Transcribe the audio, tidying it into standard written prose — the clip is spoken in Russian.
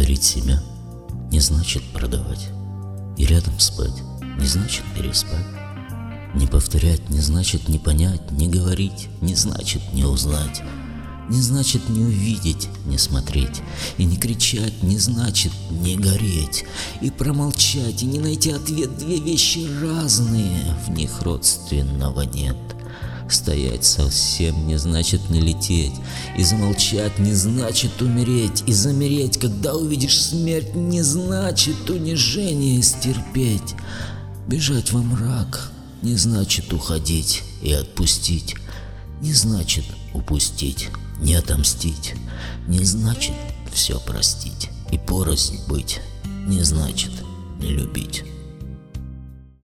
Дарить себя не значит продавать, и рядом спать не значит переспать. Не повторять не значит не понять, не говорить не значит не узнать. Не значит не увидеть, не смотреть. И не кричать не значит не гореть. И промолчать, и не найти ответ — две вещи разные, в них родственного нет. Стоять совсем не значит не лететь. И замолчать не значит умереть. И замереть, когда увидишь смерть, не значит унижение стерпеть. Бежать во мрак не значит уходить, и отпустить не значит упустить. Не отомстить не значит все простить. И порознь быть не значит не любить.